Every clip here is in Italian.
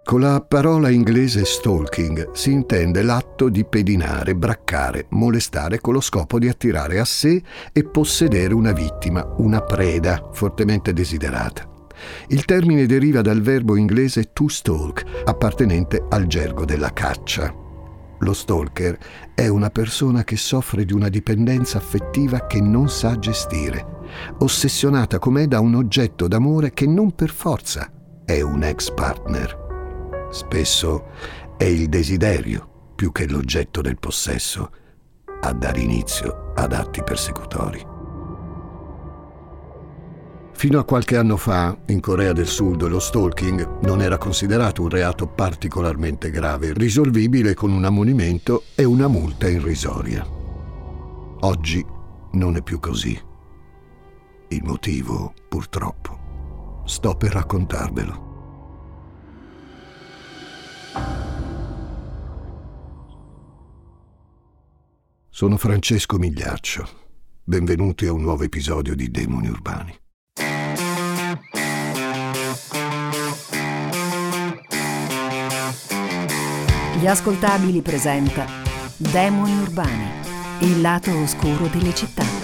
Con la parola inglese stalking si intende l'atto di pedinare, braccare, molestare con lo scopo di attirare a sé e possedere una vittima, una preda fortemente desiderata. Il termine deriva dal verbo inglese to stalk, appartenente al gergo della caccia. Lo stalker è una persona che soffre di una dipendenza affettiva che non sa gestire, ossessionata com'è da un oggetto d'amore che non per forza è un ex partner. Spesso è il desiderio, più che l'oggetto del possesso, a dare inizio ad atti persecutori. Fino a qualche anno fa, in Corea del Sud, lo stalking non era considerato un reato particolarmente grave, risolvibile con un ammonimento e una multa irrisoria. Oggi non è più così. Il motivo, purtroppo, sto per raccontarvelo. Sono Francesco Migliaccio. Benvenuti a un nuovo episodio di Demoni Urbani. Gli Ascoltabili presenta Demoni Urbani, il lato oscuro delle città.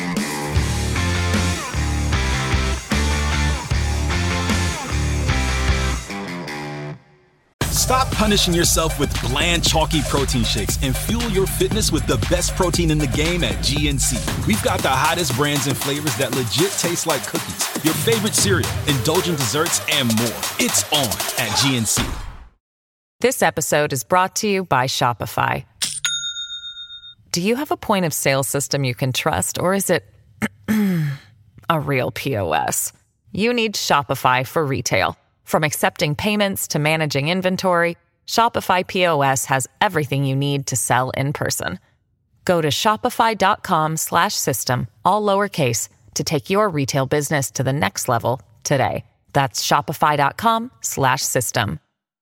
Stop punishing yourself with bland, chalky protein shakes and fuel your fitness with the best protein in the game at GNC. We've got the hottest brands and flavors that legit taste like cookies, your favorite cereal, indulgent desserts, and more. It's on at GNC. This episode is brought to you by Shopify. Do you have a point of sale system you can trust, or is it a real POS? You need Shopify for retail. From accepting payments to managing inventory, Shopify POS has everything you need to sell in person. Go to shopify.com/system, all lowercase, to take your retail business to the next level today. That's shopify.com/system.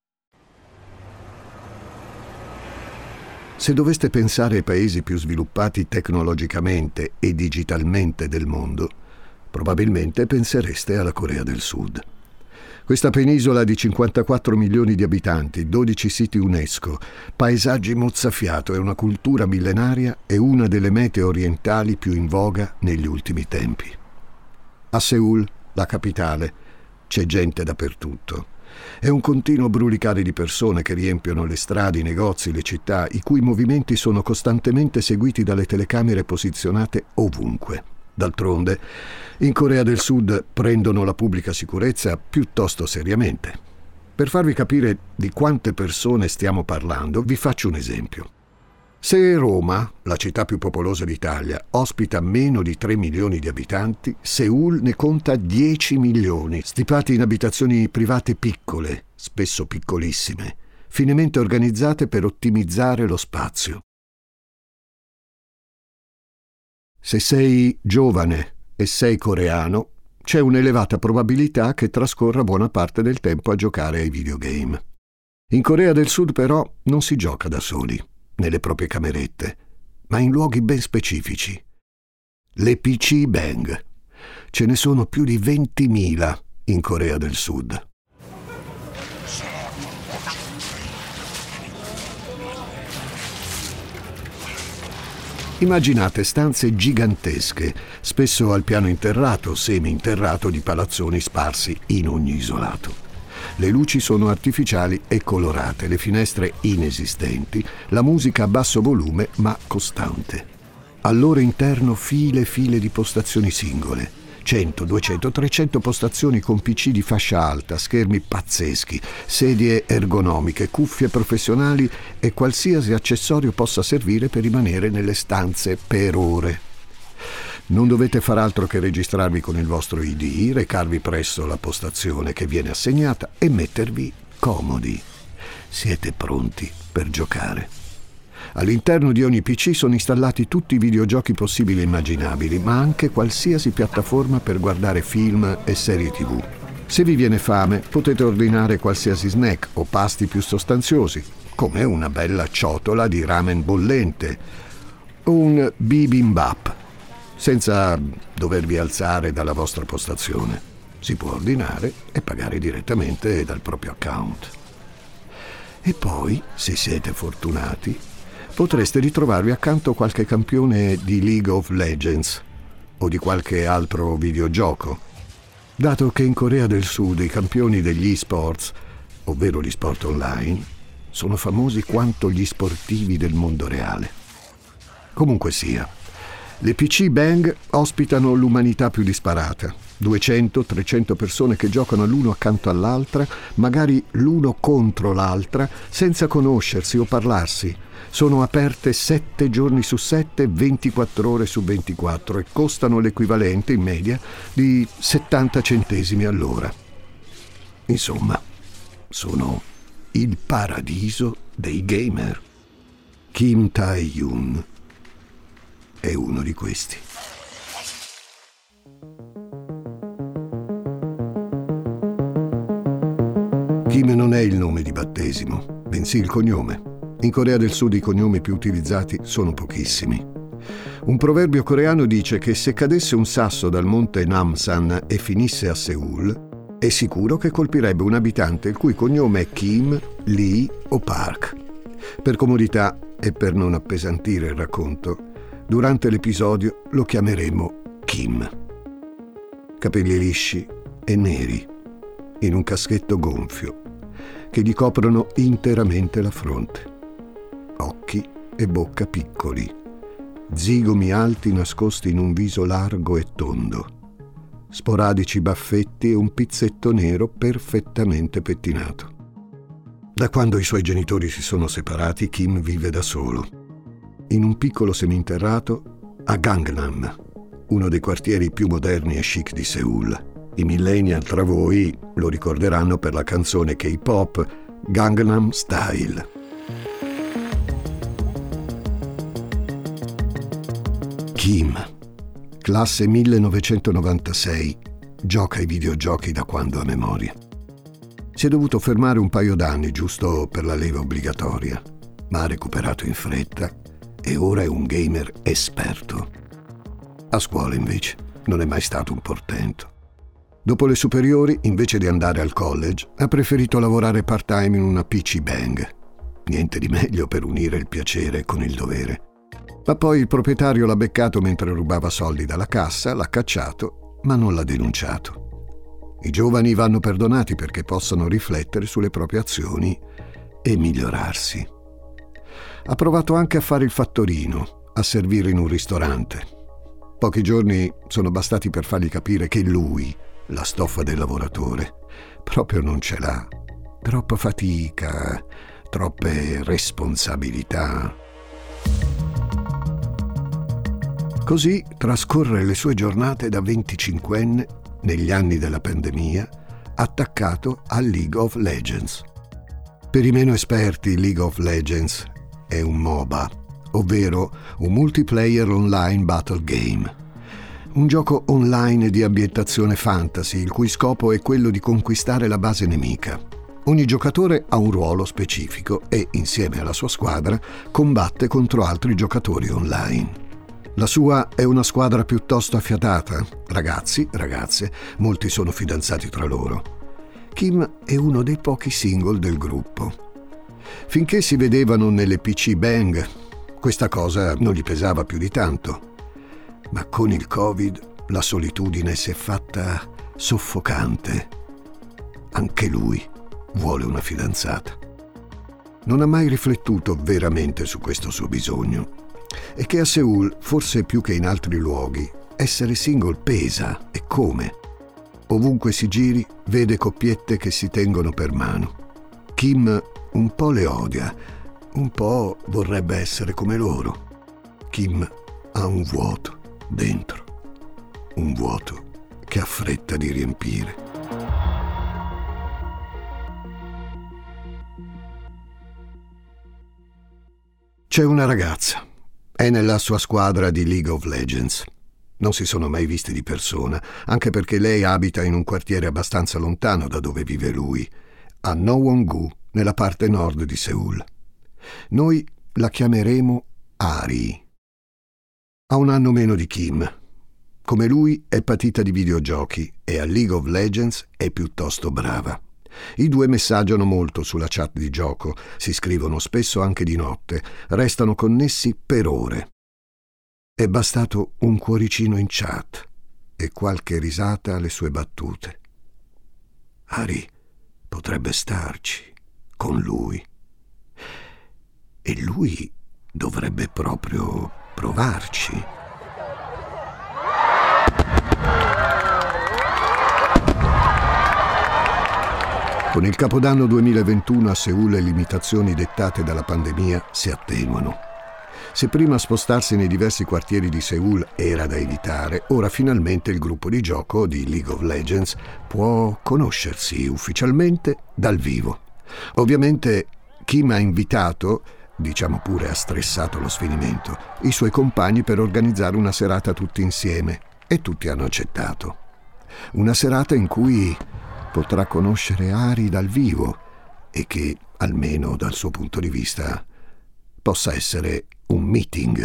Se doveste pensare ai paesi più sviluppati tecnologicamente e digitalmente del mondo, probabilmente pensereste alla Corea del Sud. Questa penisola di 54 milioni di abitanti, 12 siti UNESCO, paesaggi mozzafiato e una cultura millenaria è una delle mete orientali più in voga negli ultimi tempi. A Seul, la capitale, c'è gente dappertutto. È un continuo brulicare di persone che riempiono le strade, i negozi, le città, i cui movimenti sono costantemente seguiti dalle telecamere posizionate ovunque. D'altronde, in Corea del Sud prendono la pubblica sicurezza piuttosto seriamente. Per farvi capire di quante persone stiamo parlando, vi faccio un esempio. Se Roma, la città più popolosa d'Italia, ospita meno di 3 milioni di abitanti, Seul ne conta 10 milioni, stipati in abitazioni private piccole, spesso piccolissime, finemente organizzate per ottimizzare lo spazio. Se sei giovane e sei coreano, c'è un'elevata probabilità che trascorra buona parte del tempo a giocare ai videogame. In Corea del Sud però non si gioca da soli, nelle proprie camerette, ma in luoghi ben specifici. Le PC Bang. Ce ne sono più di 20.000 in Corea del Sud. Immaginate stanze gigantesche, spesso al piano interrato o semi-interrato di palazzoni sparsi in ogni isolato. Le luci sono artificiali e colorate, le finestre inesistenti, la musica a basso volume ma costante. Al loro interno file e file di postazioni singole. 100, 200, 300 postazioni con PC di fascia alta, schermi pazzeschi, sedie ergonomiche, cuffie professionali e qualsiasi accessorio possa servire per rimanere nelle stanze per ore. Non dovete far altro che registrarvi con il vostro ID, recarvi presso la postazione che viene assegnata e mettervi comodi. Siete pronti per giocare. All'interno di ogni PC sono installati tutti i videogiochi possibili e immaginabili, ma anche qualsiasi piattaforma per guardare film e serie TV. Se vi viene fame, potete ordinare qualsiasi snack o pasti più sostanziosi, come una bella ciotola di ramen bollente o un bibimbap, senza dovervi alzare dalla vostra postazione. Si può ordinare e pagare direttamente dal proprio account. E poi, se siete fortunati, potreste ritrovarvi accanto qualche campione di League of Legends o di qualche altro videogioco, dato che in Corea del Sud i campioni degli e-sports, ovvero gli sport online, sono famosi quanto gli sportivi del mondo reale. Comunque sia, le PC Bang ospitano l'umanità più disparata, 200-300 persone che giocano l'uno accanto all'altra, magari l'uno contro l'altra, senza conoscersi o parlarsi. Sono aperte 7 giorni su 7, 24 ore su 24 e costano l'equivalente in media di 70 centesimi all'ora. Insomma, sono il paradiso dei gamer. Kim Tae-yoon è uno di questi. Kim non è il nome di battesimo, bensì il cognome. In Corea del Sud i cognomi più utilizzati sono pochissimi. Un proverbio coreano dice che se cadesse un sasso dal monte Namsan e finisse a Seul, è sicuro che colpirebbe un abitante il cui cognome è Kim, Lee o Park. Per comodità e per non appesantire il racconto, durante l'episodio lo chiameremo Kim. Capelli lisci e neri, in un caschetto gonfio, che gli coprono interamente la fronte. Occhi e bocca piccoli, zigomi alti nascosti in un viso largo e tondo, sporadici baffetti e un pizzetto nero perfettamente pettinato. Da quando i suoi genitori si sono separati, Kim vive da solo, in un piccolo seminterrato a Gangnam, uno dei quartieri più moderni e chic di Seul. I millennial tra voi lo ricorderanno per la canzone K-pop Gangnam Style. Kim, classe 1996, gioca ai videogiochi da quando ha memoria. Si è dovuto fermare un paio d'anni giusto per la leva obbligatoria, ma ha recuperato in fretta e ora è un gamer esperto. A scuola, invece, non è mai stato un portento. Dopo le superiori, invece di andare al college, ha preferito lavorare part-time in una PC Bang. Niente di meglio per unire il piacere con il dovere. Ma poi il proprietario l'ha beccato mentre rubava soldi dalla cassa, l'ha cacciato, ma non l'ha denunciato. I giovani vanno perdonati perché possono riflettere sulle proprie azioni e migliorarsi. Ha provato anche a fare il fattorino, a servire in un ristorante. Pochi giorni sono bastati per fargli capire che lui, la stoffa del lavoratore, proprio non ce l'ha. Troppa fatica, troppe responsabilità. Così trascorre le sue giornate da 25enne, negli anni della pandemia, attaccato a League of Legends. Per i meno esperti, League of Legends è un MOBA, ovvero un multiplayer online battle game. Un gioco online di ambientazione fantasy, il cui scopo è quello di conquistare la base nemica. Ogni giocatore ha un ruolo specifico e, insieme alla sua squadra, combatte contro altri giocatori online. La sua è una squadra piuttosto affiatata, ragazzi, ragazze, molti sono fidanzati tra loro. Kim è uno dei pochi single del gruppo. Finché si vedevano nelle PC Bang, questa cosa non gli pesava più di tanto. Ma con il Covid la solitudine si è fatta soffocante. Anche lui vuole una fidanzata. Non ha mai riflettuto veramente su questo suo bisogno. E che a Seul, forse più che in altri luoghi, essere single pesa, e come. Ovunque si giri, vede coppiette che si tengono per mano. Kim un po' le odia, un po' vorrebbe essere come loro. Kim ha un vuoto dentro, un vuoto che ha fretta di riempire. C'è una ragazza. È nella sua squadra di League of Legends. Non si sono mai visti di persona, anche perché lei abita in un quartiere abbastanza lontano da dove vive lui, a Nowon-gu, nella parte nord di Seul. Noi la chiameremo Ari. Ha un anno meno di Kim. Come lui è patita di videogiochi e a League of Legends è piuttosto brava. I due messaggiano molto sulla chat di gioco, si scrivono spesso anche di notte, restano connessi per ore. È bastato un cuoricino in chat e qualche risata alle sue battute. Ari potrebbe starci con lui e lui dovrebbe proprio provarci. Con il Capodanno 2021 a Seul le limitazioni dettate dalla pandemia si attenuano. Se prima spostarsi nei diversi quartieri di Seul era da evitare, ora finalmente il gruppo di gioco di League of Legends può conoscersi ufficialmente dal vivo. Ovviamente Kim ha invitato, diciamo pure ha stressato lo sfinimento, i suoi compagni per organizzare una serata tutti insieme e tutti hanno accettato. Una serata in cui potrà conoscere Ari dal vivo e che, almeno dal suo punto di vista, possa essere un meeting.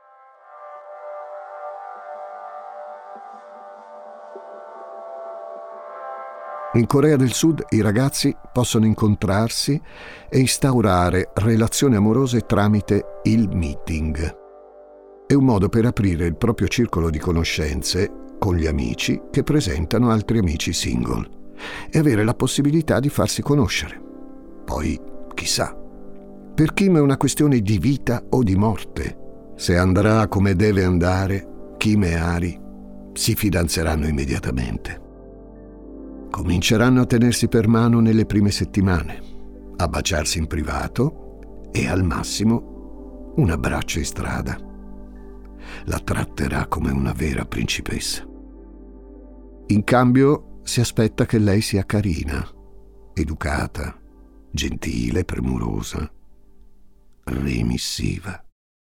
In Corea del Sud i ragazzi possono incontrarsi e instaurare relazioni amorose tramite il meeting. È un modo per aprire il proprio circolo di conoscenze con gli amici che presentano altri amici single e avere la possibilità di farsi conoscere. Poi, chissà, per Kim è una questione di vita o di morte. Se andrà come deve andare, Kim e Ari si fidanzeranno immediatamente. Cominceranno a tenersi per mano nelle prime settimane, a baciarsi in privato e al massimo un abbraccio in strada. La tratterà come una vera principessa. In cambio si aspetta che lei sia carina, educata, gentile, premurosa, remissiva.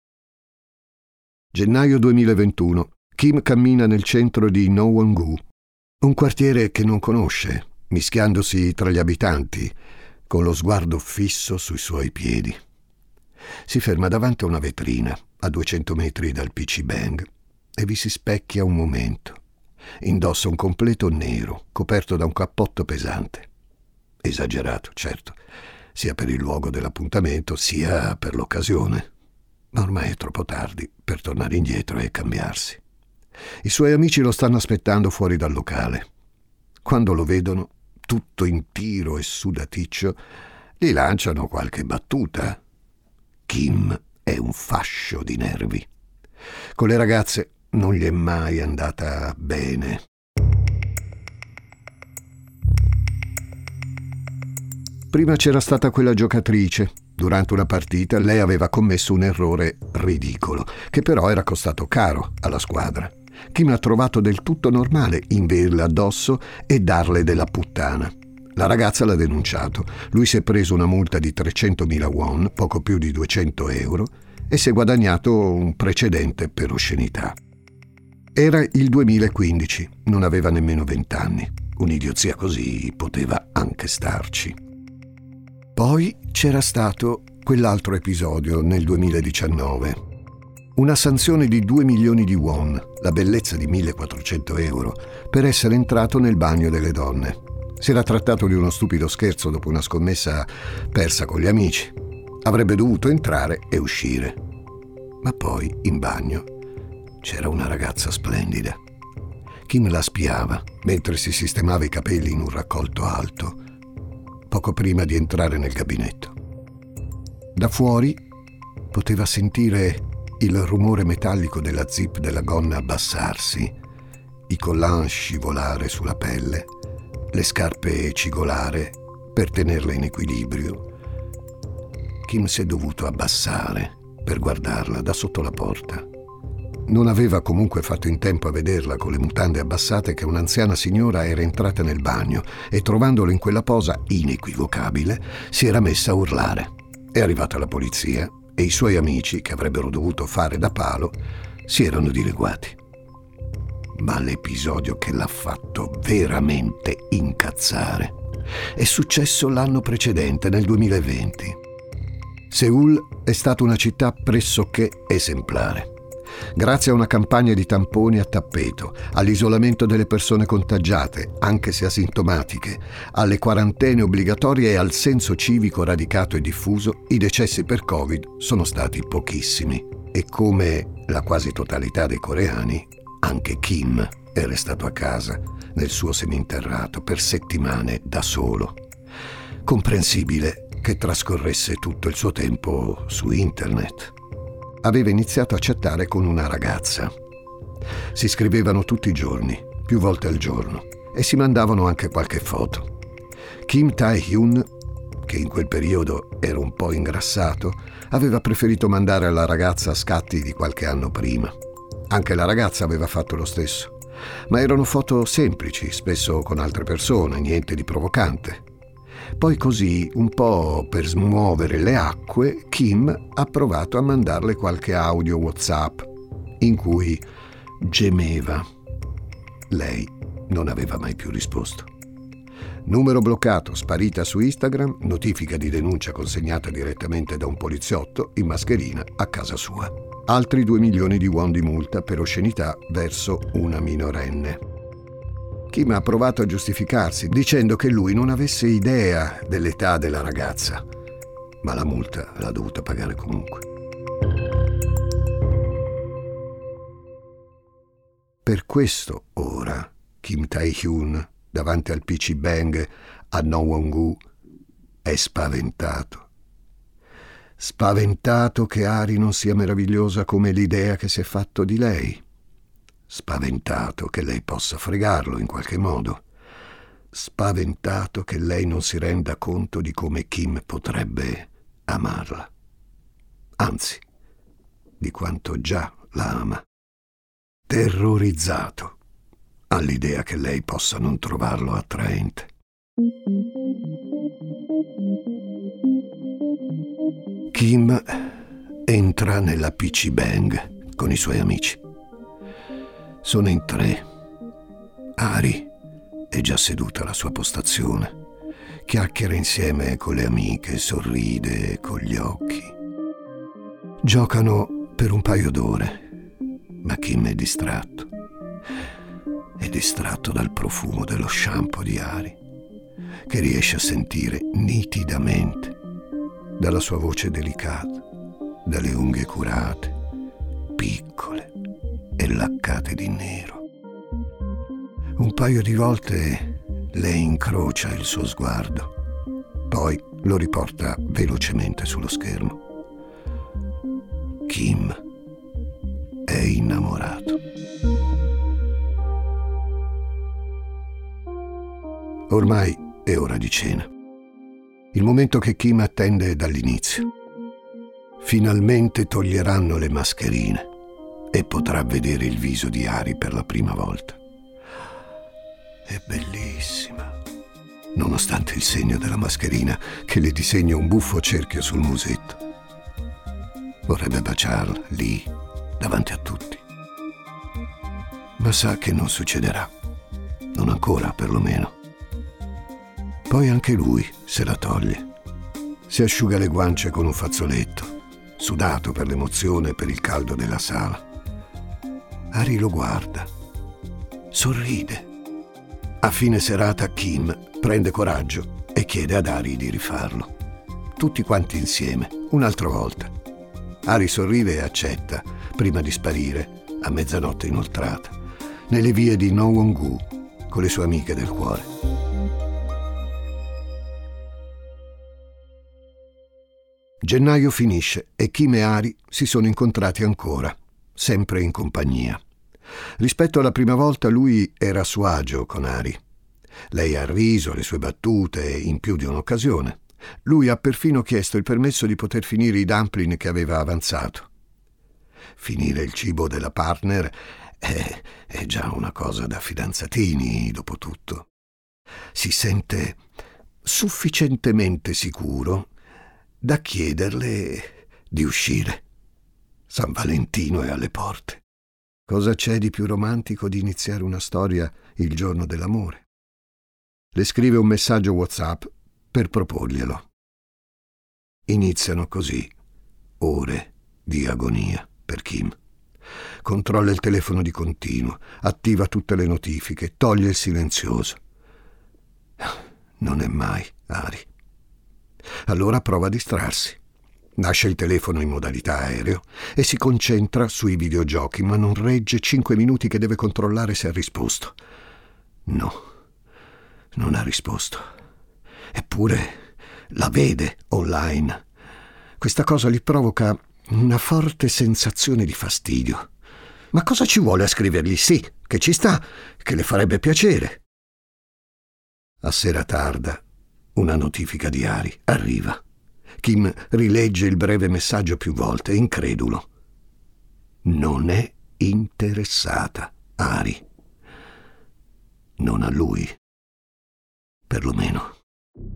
Gennaio 2021. Kim cammina nel centro di Nowon-gu, un quartiere che non conosce, mischiandosi tra gli abitanti, con lo sguardo fisso sui suoi piedi. Si ferma davanti a una vetrina, a 200 metri dal PC Bang, e vi si specchia un momento. Indossa un completo nero, coperto da un cappotto pesante. Esagerato, certo, sia per il luogo dell'appuntamento, sia per l'occasione. Ma ormai è troppo tardi per tornare indietro e cambiarsi. I suoi amici lo stanno aspettando fuori dal locale. Quando lo vedono, tutto in tiro e sudaticcio, gli lanciano qualche battuta. Kim è un fascio di nervi. Con le ragazze non gli è mai andata bene. Prima c'era stata quella giocatrice. Durante una partita lei aveva commesso un errore ridicolo, che però era costato caro alla squadra. Kim ha trovato del tutto normale inverle addosso e darle della puttana. La ragazza l'ha denunciato. Lui si è preso una multa di 300.000 won, poco più di 200 euro, e si è guadagnato un precedente per oscenità. Era il 2015, non aveva nemmeno 20 anni. Un'idiozia così poteva anche starci. Poi c'era stato quell'altro episodio nel 2019. Una sanzione di 2 milioni di won, la bellezza di 1.400 euro, per essere entrato nel bagno delle donne. Si era trattato di uno stupido scherzo dopo una scommessa persa con gli amici. Avrebbe dovuto entrare e uscire. Ma poi, in bagno, c'era una ragazza splendida. Kim la spiava mentre si sistemava i capelli in un raccolto alto, poco prima di entrare nel gabinetto. Da fuori poteva sentire il rumore metallico della zip della gonna abbassarsi, i collant scivolare sulla pelle, le scarpe cigolare per tenerla in equilibrio. Kim si è dovuto abbassare per guardarla da sotto la porta. Non aveva comunque fatto in tempo a vederla con le mutande abbassate che un'anziana signora era entrata nel bagno e, trovandolo in quella posa inequivocabile, si era messa a urlare. È arrivata la polizia e i suoi amici, che avrebbero dovuto fare da palo, si erano dileguati. Ma l'episodio che l'ha fatto veramente incazzare è successo l'anno precedente, nel 2020. Seul è stata una città pressoché esemplare. Grazie a una campagna di tamponi a tappeto, all'isolamento delle persone contagiate, anche se asintomatiche, alle quarantene obbligatorie e al senso civico radicato e diffuso, i decessi per Covid sono stati pochissimi. E come la quasi totalità dei coreani, anche Kim è restato a casa, nel suo seminterrato, per settimane da solo. Comprensibile che trascorresse tutto il suo tempo su internet. Aveva iniziato a chattare con una ragazza. Si scrivevano tutti i giorni, più volte al giorno, e si mandavano anche qualche foto. Kim Tae-hyun, che in quel periodo era un po' ingrassato, aveva preferito mandare alla ragazza scatti di qualche anno prima. Anche la ragazza aveva fatto lo stesso, ma erano foto semplici, spesso con altre persone, niente di provocante. Poi così, un po' per smuovere le acque, Kim ha provato a mandarle qualche audio WhatsApp in cui gemeva. Lei non aveva mai più risposto. Numero bloccato, sparita su Instagram, notifica di denuncia consegnata direttamente da un poliziotto in mascherina a casa sua. Altri 2 milioni di won di multa per oscenità verso una minorenne. Kim ha provato a giustificarsi dicendo che lui non avesse idea dell'età della ragazza, ma la multa l'ha dovuta pagare comunque. Per questo ora Kim Tae-hyun davanti al PC Bang a Nowon-gu è spaventato. Spaventato che Ari non sia meravigliosa come l'idea che si è fatto di lei. Spaventato che lei possa fregarlo in qualche modo. Spaventato che lei non si renda conto di come Kim potrebbe amarla. Anzi, di quanto già la ama. Terrorizzato all'idea che lei possa non trovarlo attraente. Kim entra nella PC Bang con i suoi amici. Sono in 3. Ari è già seduta alla sua postazione. Chiacchiera insieme con le amiche, sorride con gli occhi. Giocano per un paio d'ore, ma Kim è distratto. È distratto dal profumo dello shampoo di Ari, che riesce a sentire nitidamente, dalla sua voce delicata, dalle unghie curate, piccole e laccate di nero. Un paio di volte lei incrocia il suo sguardo, poi lo riporta velocemente sullo schermo. Kim è innamorato. Ormai è ora di cena. Il momento che Kim attende dall'inizio. Finalmente toglieranno le mascherine e potrà vedere il viso di Ari per la prima volta. È bellissima, nonostante il segno della mascherina che le disegna un buffo cerchio sul musetto. Vorrebbe baciarla lì, davanti a tutti. Ma sa che non succederà. Non ancora, perlomeno. Poi anche lui se la toglie. Si asciuga le guance con un fazzoletto, sudato per l'emozione e per il caldo della sala. Ari lo guarda, sorride. A fine serata Kim prende coraggio e chiede ad Ari di rifarlo. Tutti quanti insieme, un'altra volta. Ari sorride e accetta, prima di sparire, a mezzanotte inoltrata, nelle vie di Nowon-gu, con le sue amiche del cuore. Gennaio finisce e Kim e Ari si sono incontrati ancora, sempre in compagnia. Rispetto alla prima volta lui era a suo agio con Ari. Lei ha riso le sue battute in più di un'occasione. Lui ha perfino chiesto il permesso di poter finire i dumpling che aveva avanzato. Finire il cibo della partner è già una cosa da fidanzatini, dopo tutto. Si sente sufficientemente sicuro da chiederle di uscire. San Valentino è alle porte. Cosa c'è di più romantico di iniziare una storia il giorno dell'amore? Le scrive un messaggio WhatsApp per proporglielo. Iniziano così ore di agonia per Kim. Controlla il telefono di continuo, attiva tutte le notifiche, toglie il silenzioso. Non è mai Ari. Allora prova a distrarsi. Lascia il telefono in modalità aereo e si concentra sui videogiochi, ma non regge 5 minuti che deve controllare se ha risposto. No, non ha risposto. Eppure la vede online. Questa cosa gli provoca una forte sensazione di fastidio. Ma cosa ci vuole a scrivergli sì, che ci sta, che le farebbe piacere? A sera tarda, una notifica di Ari arriva. Kim rilegge il breve messaggio più volte, incredulo. Non è interessata, Ari. Non a lui. Perlomeno.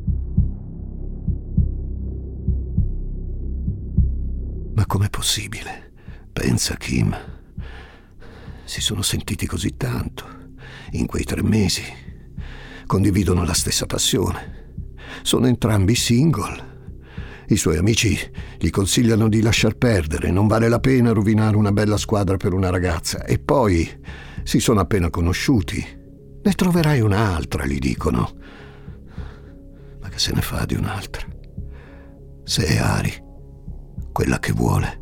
Ma com'è possibile? Pensa, Kim. Si sono sentiti così tanto, in quei 3 mesi. Condividono la stessa passione. Sono entrambi single. I suoi amici gli consigliano di lasciar perdere, non vale la pena rovinare una bella squadra per una ragazza. E poi si sono appena conosciuti. Ne troverai un'altra, gli dicono. Ma che se ne fa di un'altra? Se è Ari, quella che vuole.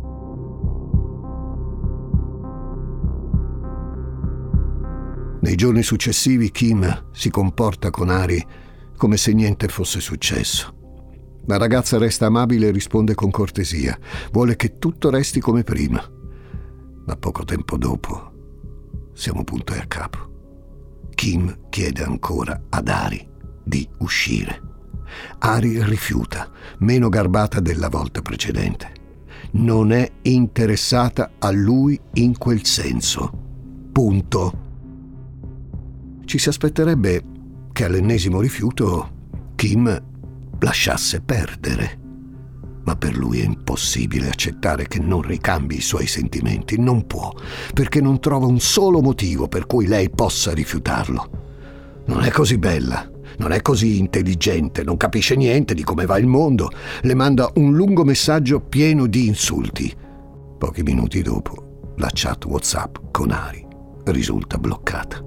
Nei giorni successivi Kim si comporta con Ari come se niente fosse successo. La ragazza resta amabile e risponde con cortesia. Vuole che tutto resti come prima. Ma poco tempo dopo siamo punto e a capo. Kim chiede ancora ad Ari di uscire. Ari rifiuta, meno garbata della volta precedente. Non è interessata a lui in quel senso. Punto. Ci si aspetterebbe che all'ennesimo rifiuto Kim lasciasse perdere. Ma per lui è impossibile accettare che non ricambi i suoi sentimenti. Non può, perché non trova un solo motivo per cui lei possa rifiutarlo. Non è così bella, non è così intelligente, non capisce niente di come va il mondo. Le manda un lungo messaggio pieno di insulti. Pochi minuti dopo, la chat WhatsApp con Ari risulta bloccata.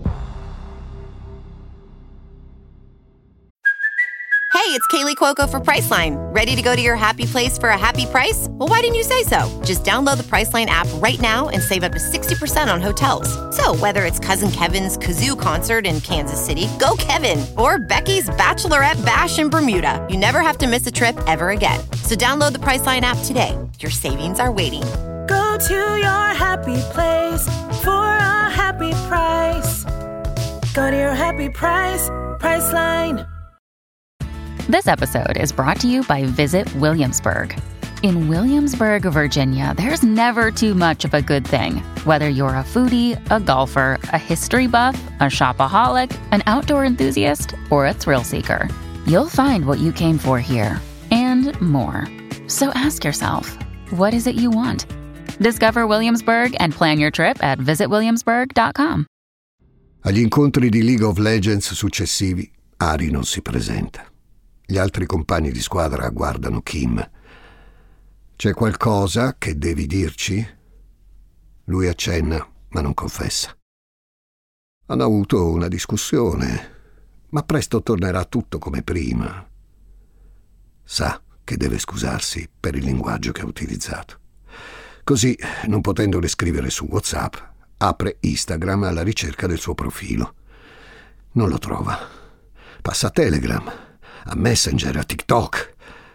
Hey, it's Kaylee Cuoco for Priceline. Ready to go to your happy place for a happy price? Well, why didn't you say so? Just download the Priceline app right now and save up to 60% on hotels. So whether it's Cousin Kevin's Kazoo Concert in Kansas City, go Kevin, or Becky's Bachelorette Bash in Bermuda, you never have to miss a trip ever again. So download the Priceline app today. Your savings are waiting. Go to your happy place for a happy price. Go to your happy price, Priceline. This episode is brought to you by Visit Williamsburg. In Williamsburg, Virginia, there's never too much of a good thing. Whether you're a foodie, a golfer, a history buff, a shopaholic, an outdoor enthusiast, or a thrill seeker, you'll find what you came for here and more. So ask yourself, what is it you want? Discover Williamsburg and plan your trip at visitwilliamsburg.com. Agli incontri di League of Legends successivi, Ari non si presenta. Gli altri compagni di squadra guardano Kim. C'è qualcosa che devi dirci? Lui accenna, ma non confessa. Hanno avuto una discussione, ma presto tornerà tutto come prima. Sa che deve scusarsi per il linguaggio che ha utilizzato. Così, non potendole scrivere su WhatsApp, apre Instagram alla ricerca del suo profilo. Non lo trova. Passa a Telegram, a Messenger, a TikTok.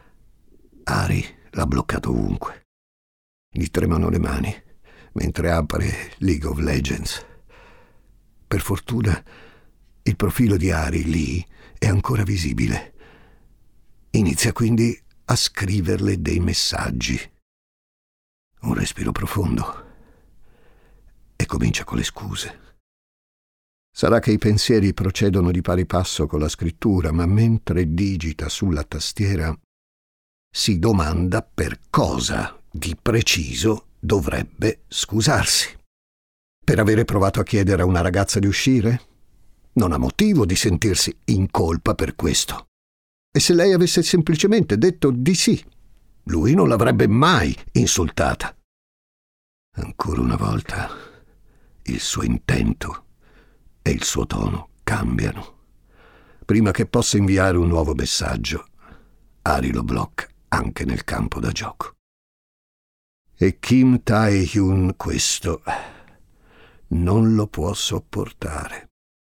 Ari l'ha bloccato ovunque. Gli tremano le mani mentre apre League of Legends. Per fortuna il profilo di Ari lì è ancora visibile. Inizia quindi a scriverle dei messaggi. Un respiro profondo e comincia con le scuse. Sarà che i pensieri procedono di pari passo con la scrittura, ma mentre digita sulla tastiera si domanda per cosa di preciso dovrebbe scusarsi. Per avere provato a chiedere a una ragazza di uscire? Non ha motivo di sentirsi in colpa per questo. E se lei avesse semplicemente detto di sì, lui non l'avrebbe mai insultata. Ancora una volta il suo intento e il suo tono cambiano. Prima che possa inviare un nuovo messaggio, Ari lo blocca anche nel campo da gioco. E Kim Tae-hyun questo non lo può sopportare.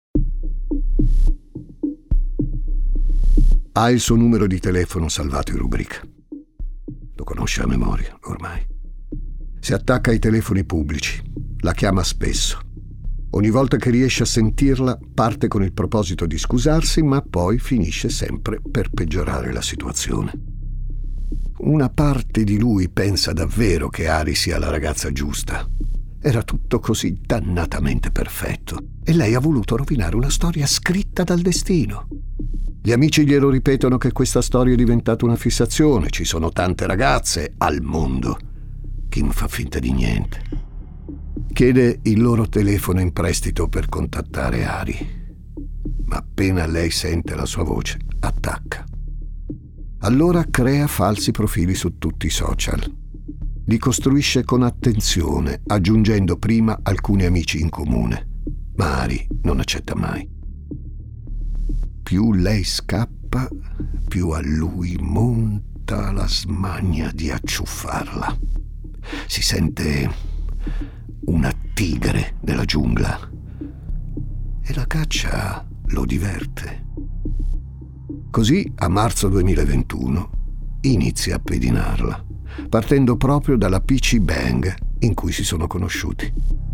Ha il suo numero di telefono salvato in rubrica. Lo conosce a memoria, ormai. Si attacca ai telefoni pubblici, la chiama spesso. Ogni volta che riesce a sentirla parte con il proposito di scusarsi, ma poi finisce sempre per peggiorare la situazione. Una parte di lui pensa davvero che Ari sia la ragazza giusta. Era tutto così dannatamente perfetto e lei ha voluto rovinare una storia scritta dal destino. Gli amici glielo ripetono che questa storia è diventata una fissazione, ci sono tante ragazze al mondo. Kim fa finta di niente. Chiede il loro telefono in prestito per contattare Ari, ma appena lei sente la sua voce, attacca. Allora crea falsi profili su tutti i social. Li costruisce con attenzione, aggiungendo prima alcuni amici in comune, ma Ari non accetta mai. Più lei scappa, più a lui monta la smania di acciuffarla. Si sente una tigre nella giungla e la caccia lo diverte. Così, a marzo 2021, inizia a pedinarla, partendo proprio dalla PC Bang in cui si sono conosciuti.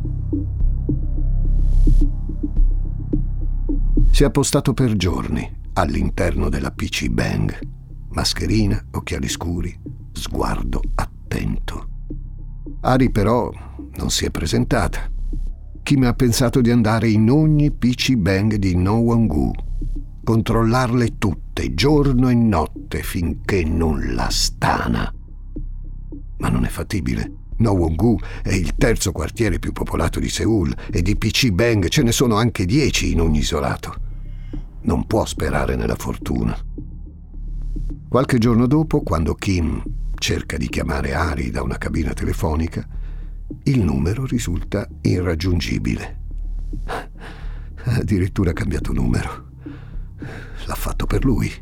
Si è appostato per giorni all'interno della PC Bang. Mascherina, occhiali scuri, sguardo attento. Ari però non si è presentata. Kim ha pensato di andare in ogni PC Bang di No Won-gu, controllarle tutte, giorno e notte, finché non la stana. Ma non è fattibile. No Won-gu è il terzo quartiere più popolato di Seul e di PC Bang ce ne sono anche 10 in ogni isolato. Non può sperare nella fortuna. Qualche giorno dopo, quando Kim cerca di chiamare Ari da una cabina telefonica, il numero risulta irraggiungibile. Ha addirittura cambiato numero. L'ha fatto per lui.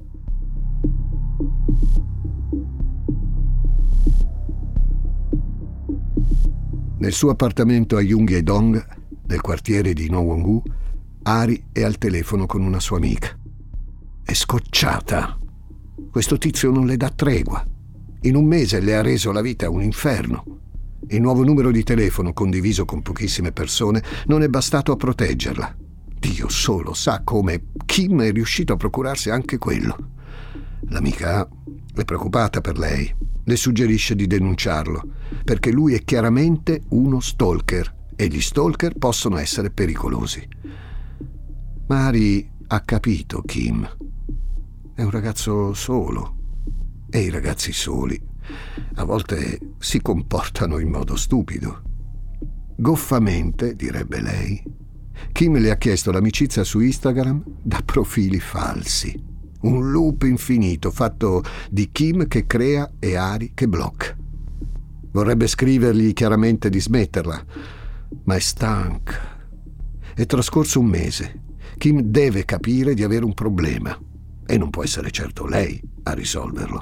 Nel suo appartamento a Yongye-dong, nel quartiere di No Won-gu, Ari è al telefono con una sua amica. È scocciata. Questo tizio non le dà tregua. In un mese le ha reso la vita un inferno. Il nuovo numero di telefono, condiviso con pochissime persone, non è bastato a proteggerla. Dio solo sa come Kim è riuscito a procurarsi anche quello. L'amica è preoccupata per lei. Le suggerisce di denunciarlo, perché lui è chiaramente uno stalker e gli stalker possono essere pericolosi. Ma Ari ha capito Kim. È un ragazzo solo. E i ragazzi soli a volte si comportano in modo stupido. Goffamente, direbbe lei, Kim le ha chiesto l'amicizia su Instagram da profili falsi. Un loop infinito fatto di Kim che crea e Ari che blocca. Vorrebbe scrivergli chiaramente di smetterla, ma è stanca. È trascorso un mese. Kim deve capire di avere un problema e non può essere certo lei a risolverlo.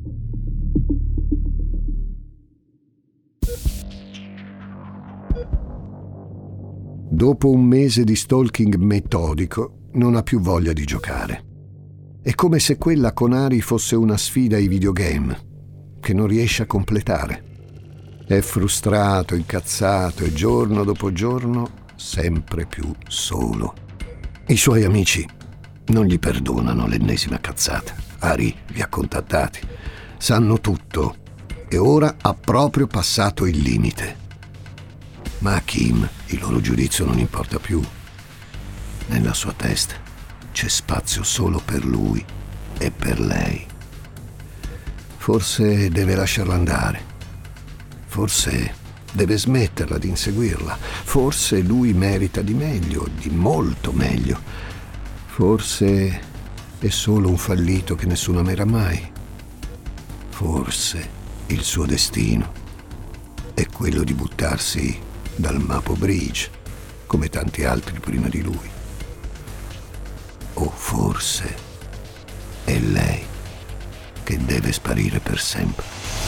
Dopo un mese di stalking metodico, non ha più voglia di giocare. È come se quella con Ari fosse una sfida ai videogame che non riesce a completare. È frustrato, incazzato e giorno dopo giorno sempre più solo. I suoi amici non gli perdonano l'ennesima cazzata. Ari li ha contattati, sanno tutto e ora ha proprio passato il limite. Ma a Kim il loro giudizio non importa più. Nella sua testa c'è spazio solo per lui e per lei. Forse deve lasciarla andare. Forse deve smetterla di inseguirla. Forse lui merita di meglio, di molto meglio. Forse è solo un fallito che nessuno amerà mai. Forse il suo destino è quello di buttarsi dal Maple Bridge, come tanti altri prima di lui. O forse è lei che deve sparire per sempre.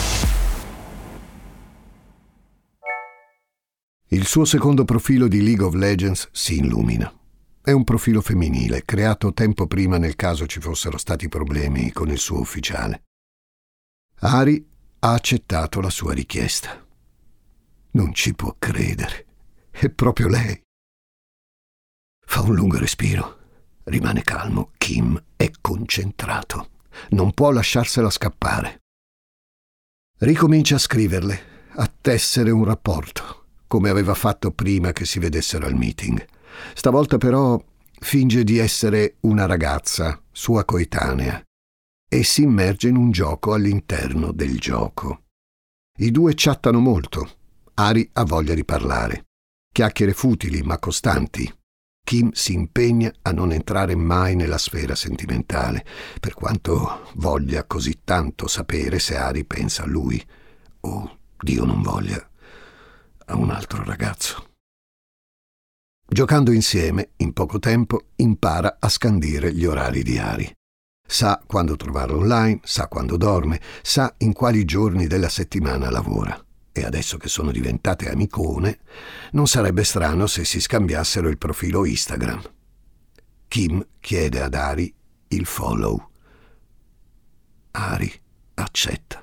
Il suo secondo profilo di League of Legends si illumina. È un profilo femminile, creato tempo prima nel caso ci fossero stati problemi con il suo ufficiale. Ari ha accettato la sua richiesta. Non ci può credere. È proprio lei. Fa un lungo respiro. Rimane calmo. Kim è concentrato. Non può lasciarsela scappare. Ricomincia a scriverle, a tessere un rapporto, come aveva fatto prima che si vedessero al meeting. Stavolta però finge di essere una ragazza, sua coetanea, e si immerge in un gioco all'interno del gioco. I due chattano molto. Ari ha voglia di parlare. Chiacchiere futili ma costanti. Kim si impegna a non entrare mai nella sfera sentimentale, per quanto voglia così tanto sapere se Ari pensa a lui o, Dio non voglia, a un altro ragazzo. Giocando insieme, in poco tempo, impara a scandire gli orari di Ari. Sa quando trovarlo online, sa quando dorme, sa in quali giorni della settimana lavora. E adesso che sono diventate amicone, non sarebbe strano se si scambiassero il profilo Instagram. Kim chiede ad Ari il follow. Ari accetta.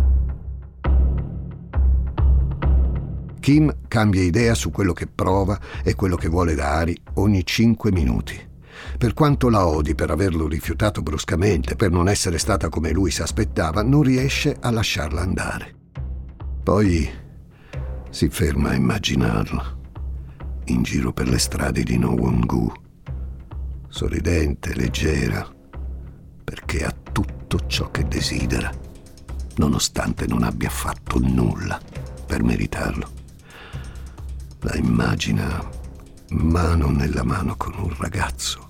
Kim cambia idea su quello che prova e quello che vuole da Ari ogni 5 minuti. Per quanto la odi per averlo rifiutato bruscamente, per non essere stata come lui si aspettava, non riesce a lasciarla andare. Poi si ferma a immaginarla, in giro per le strade di Nowon-gu, sorridente, leggera, perché ha tutto ciò che desidera, nonostante non abbia fatto nulla per meritarlo. La immagina mano nella mano con un ragazzo.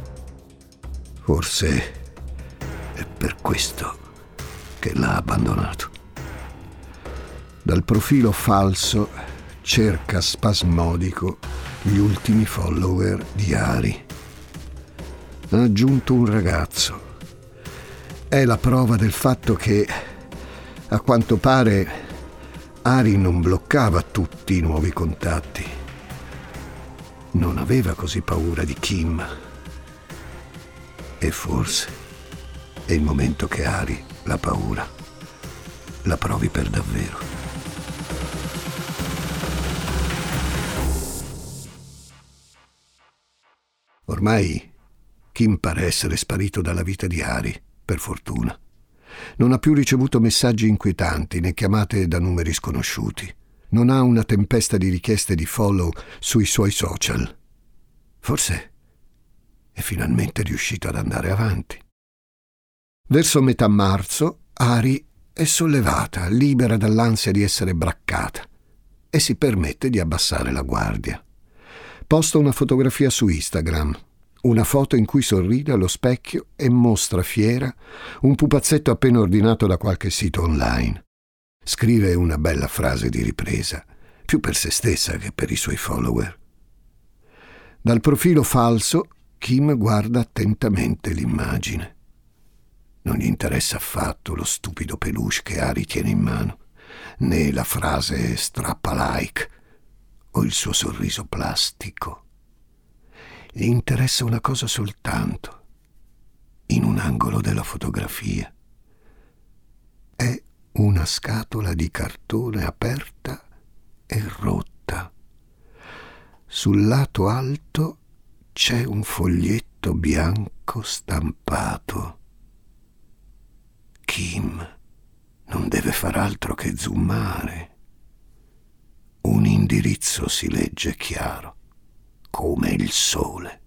Forse è per questo che l'ha abbandonato. Dal profilo falso cerca spasmodico gli ultimi follower di Ari. Ha aggiunto un ragazzo. È la prova del fatto che, a quanto pare, Ari non bloccava tutti i nuovi contatti. Non aveva così paura di Kim. E forse è il momento che Ari la paura la provi per davvero. Ormai Kim pare essere sparito dalla vita di Ari, per fortuna. Non ha più ricevuto messaggi inquietanti né chiamate da numeri sconosciuti. Non ha una tempesta di richieste di follow sui suoi social. Forse è finalmente riuscito ad andare avanti. Verso metà marzo, Ari è sollevata, libera dall'ansia di essere braccata, e si permette di abbassare la guardia. Posta una fotografia su Instagram, una foto in cui sorride allo specchio e mostra fiera un pupazzetto appena ordinato da qualche sito online. Scrive una bella frase di ripresa, più per se stessa che per i suoi follower. Dal profilo falso, Kim guarda attentamente l'immagine. Non gli interessa affatto lo stupido peluche che Ari tiene in mano, né la frase strappa like o il suo sorriso plastico. Gli interessa una cosa soltanto, in un angolo della fotografia. È una scatola di cartone aperta e rotta. Sul lato alto c'è un foglietto bianco stampato. Kim non deve far altro che zoomare. Un indirizzo si legge chiaro, come il sole.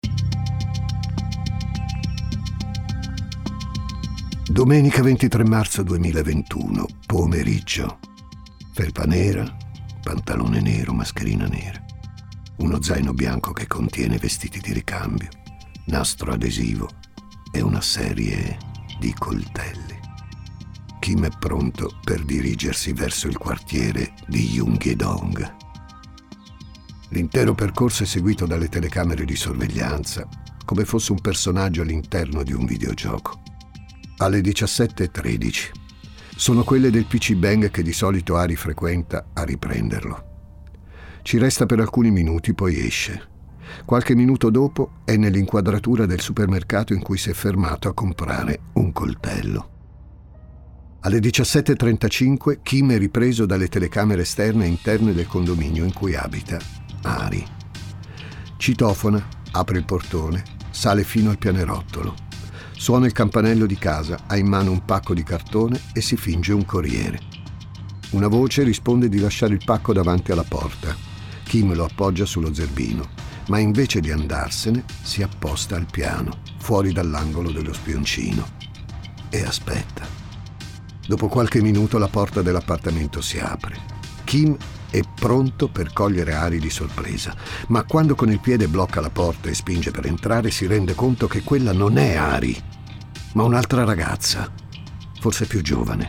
Domenica 23 marzo 2021, pomeriggio. Felpa nera, pantalone nero, mascherina nera. Uno zaino bianco che contiene vestiti di ricambio, nastro adesivo e una serie di coltelli. Kim è pronto per dirigersi verso il quartiere di Yonggi-dong. L'intero percorso è seguito dalle telecamere di sorveglianza, come fosse un personaggio all'interno di un videogioco. Alle 17:13 sono quelle del PC Bang che di solito Ari frequenta a riprenderlo. Ci resta per alcuni minuti, poi esce. Qualche minuto dopo è nell'inquadratura del supermercato in cui si è fermato a comprare un coltello. Alle 17:35 Kim è ripreso dalle telecamere esterne e interne del condominio in cui abita Ari. Citofona, apre il portone, sale fino al pianerottolo. Suona il campanello di casa, ha in mano un pacco di cartone e si finge un corriere. Una voce risponde di lasciare il pacco davanti alla porta. Kim lo appoggia sullo zerbino, ma invece di andarsene si apposta al piano, fuori dall'angolo dello spioncino, e aspetta. Dopo qualche minuto la porta dell'appartamento si apre. Kim è pronto per cogliere Ari di sorpresa, ma quando con il piede blocca la porta e spinge per entrare si rende conto che quella non è Ari, ma un'altra ragazza, forse più giovane.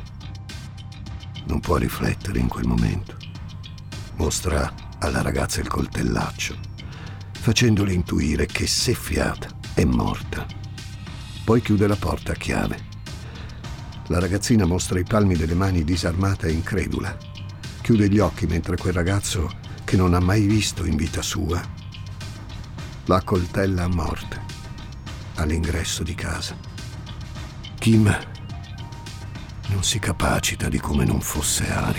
Non può riflettere in quel momento. Mostra alla ragazza il coltellaccio, facendole intuire che se fiata è morta. Poi chiude la porta a chiave. La ragazzina mostra i palmi delle mani disarmata e incredula. Chiude gli occhi mentre quel ragazzo, che non ha mai visto in vita sua, la coltella a morte all'ingresso di casa. Kim non si capacita di come non fosse Ari.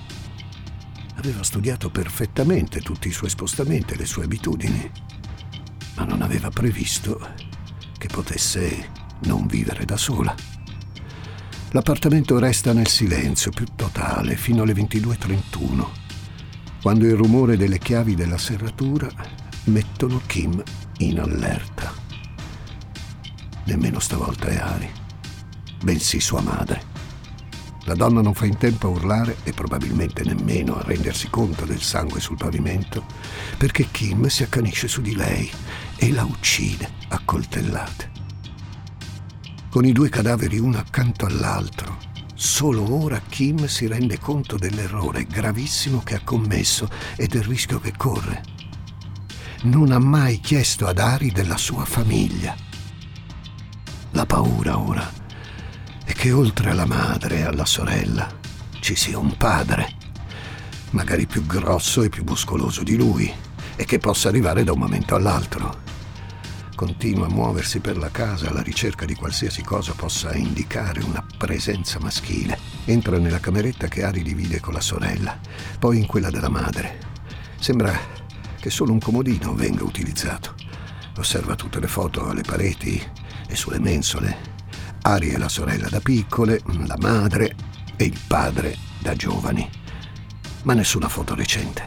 Aveva studiato perfettamente tutti i suoi spostamenti e le sue abitudini, ma non aveva previsto che potesse non vivere da sola. L'appartamento resta nel silenzio più totale fino alle 22:31, quando il rumore delle chiavi della serratura mettono Kim in allerta. Nemmeno stavolta è Ari, bensì sua madre. La donna non fa in tempo a urlare e probabilmente nemmeno a rendersi conto del sangue sul pavimento, perché Kim si accanisce su di lei e la uccide a coltellate. Con i due cadaveri uno accanto all'altro, solo ora Kim si rende conto dell'errore gravissimo che ha commesso e del rischio che corre. Non ha mai chiesto ad Ari della sua famiglia. La paura ora è che oltre alla madre e alla sorella ci sia un padre, magari più grosso e più muscoloso di lui, e che possa arrivare da un momento all'altro. Continua a muoversi per la casa alla ricerca di qualsiasi cosa possa indicare una presenza maschile. Entra nella cameretta che Ari divide con la sorella, poi in quella della madre. Sembra che solo un comodino venga utilizzato. Osserva tutte le foto alle pareti e sulle mensole. Ari e la sorella da piccole, la madre e il padre da giovani, ma nessuna foto recente.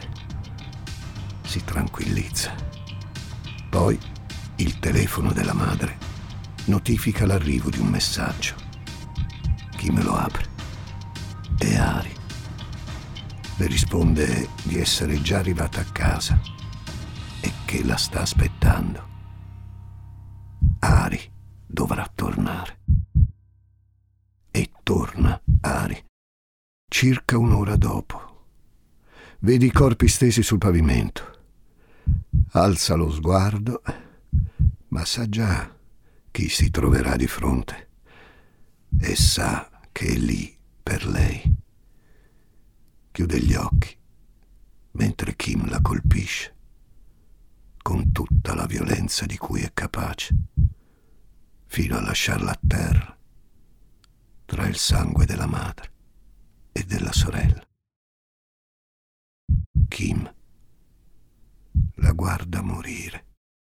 Si tranquillizza. Poi il telefono della madre notifica l'arrivo di un messaggio. Kim lo apre. È Ari. Le risponde di essere già arrivata a casa e che la sta aspettando. Ari dovrà tornare. E torna Ari. Circa un'ora dopo. Vedi i corpi stesi sul pavimento. Alza lo sguardo, ma sa già chi si troverà di fronte e sa che è lì per lei. Chiude gli occhi mentre Kim la colpisce con tutta la violenza di cui è capace, fino a lasciarla a terra tra il sangue della madre e della sorella. Kim la guarda morire.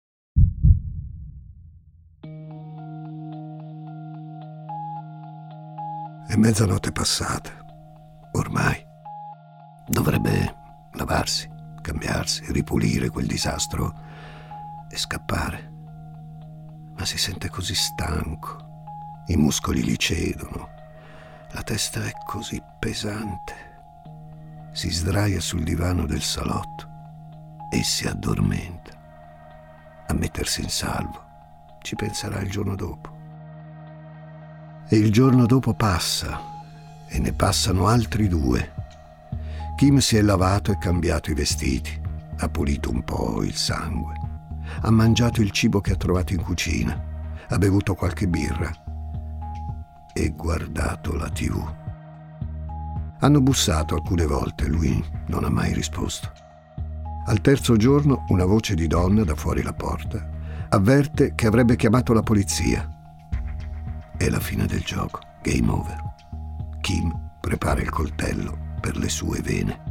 È mezzanotte passata, ormai. Dovrebbe lavarsi, cambiarsi, ripulire quel disastro e scappare. Ma si sente così stanco, i muscoli gli cedono, la testa è così pesante. Si sdraia sul divano del salotto e si addormenta. A mettersi in salvo ci penserà il giorno dopo. E il giorno dopo passa E ne passano altri 2. Kim si è lavato e cambiato i vestiti, ha pulito un po' il sangue, ha mangiato il cibo che ha trovato in cucina, ha bevuto qualche birra e guardato la TV. Hanno bussato alcune volte, lui non ha mai risposto. Al terzo giorno una voce di donna da fuori la porta avverte che avrebbe chiamato la polizia. È la fine del gioco, game over. Kim prepara il coltello per le sue vene.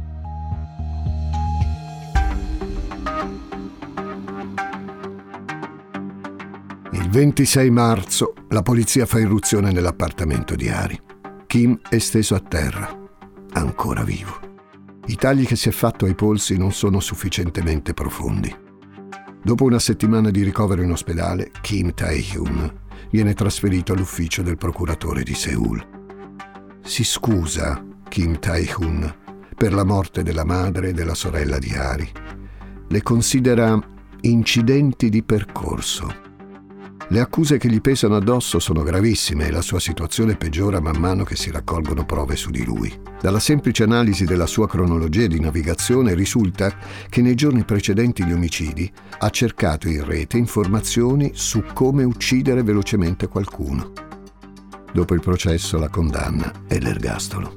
Il 26 marzo la polizia fa irruzione nell'appartamento di Ari. Kim è steso a terra, ancora vivo. I tagli che si è fatto ai polsi non sono sufficientemente profondi. Dopo una settimana di ricovero in ospedale, Kim Tae-hyun viene trasferito all'ufficio del procuratore di Seul. Si scusa Kim Tae-hyun per la morte della madre e della sorella di Ari. Le considera incidenti di percorso. Le accuse che gli pesano addosso sono gravissime e la sua situazione peggiora man mano che si raccolgono prove su di lui. Dalla semplice analisi della sua cronologia di navigazione risulta che nei giorni precedenti gli omicidi ha cercato in rete informazioni su come uccidere velocemente qualcuno. Dopo il processo la condanna è l'ergastolo.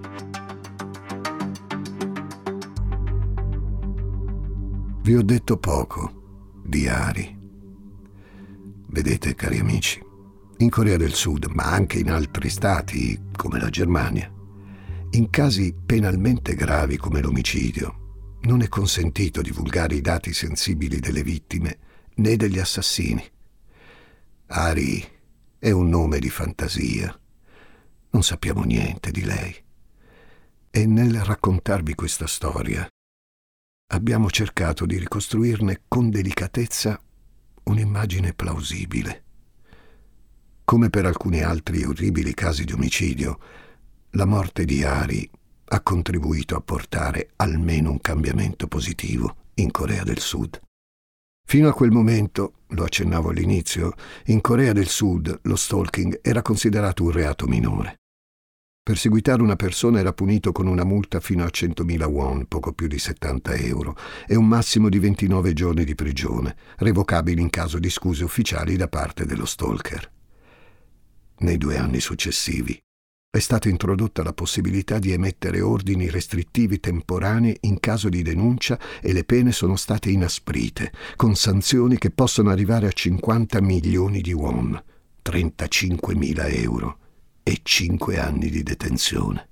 Vi ho detto poco di Ari. Vedete, cari amici, in Corea del Sud, ma anche in altri stati come la Germania, in casi penalmente gravi come l'omicidio, non è consentito divulgare i dati sensibili delle vittime né degli assassini. Ari è un nome di fantasia. Non sappiamo niente di lei. E nel raccontarvi questa storia, abbiamo cercato di ricostruirne con delicatezza un'immagine plausibile. Come per alcuni altri orribili casi di omicidio, la morte di Ari ha contribuito a portare almeno un cambiamento positivo in Corea del Sud. Fino a quel momento, lo accennavo all'inizio, in Corea del Sud lo stalking era considerato un reato minore. Perseguitare una persona era punito con una multa fino a 100.000 won, poco più di 70 euro, e un massimo di 29 giorni di prigione, revocabili in caso di scuse ufficiali da parte dello stalker. Nei 2 anni successivi è stata introdotta la possibilità di emettere ordini restrittivi temporanei in caso di denuncia e le pene sono state inasprite, con sanzioni che possono arrivare a 50 milioni di won, 35.000 euro. E 5 anni di detenzione.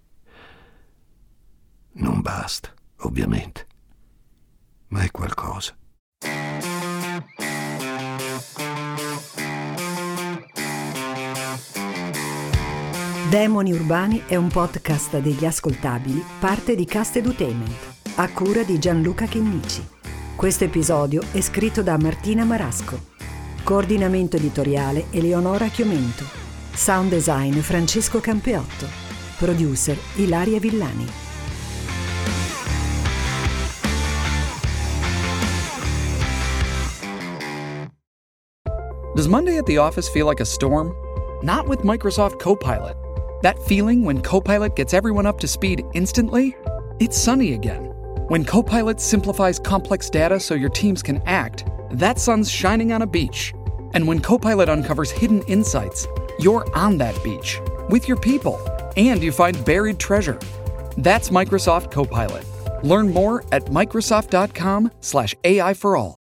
Non basta, ovviamente, ma è qualcosa. Demoni Urbani è un podcast degli ascoltabili, parte di Cast Edutainment, a cura di Gianluca Chinnici. Questo episodio è scritto da Martina Marasco. Coordinamento editoriale Eleonora Chiomento. Sound design Francesco Campeotto. Producer Ilaria Villani. Does Monday at the office feel like a storm? Not with Microsoft Copilot. That feeling when Copilot gets everyone up to speed instantly? It's sunny again. When Copilot simplifies complex data so your teams can act, that sun's shining on a beach. And when Copilot uncovers hidden insights, you're on that beach with your people, and you find buried treasure. That's Microsoft Copilot. Learn more at Microsoft.com/AI for all.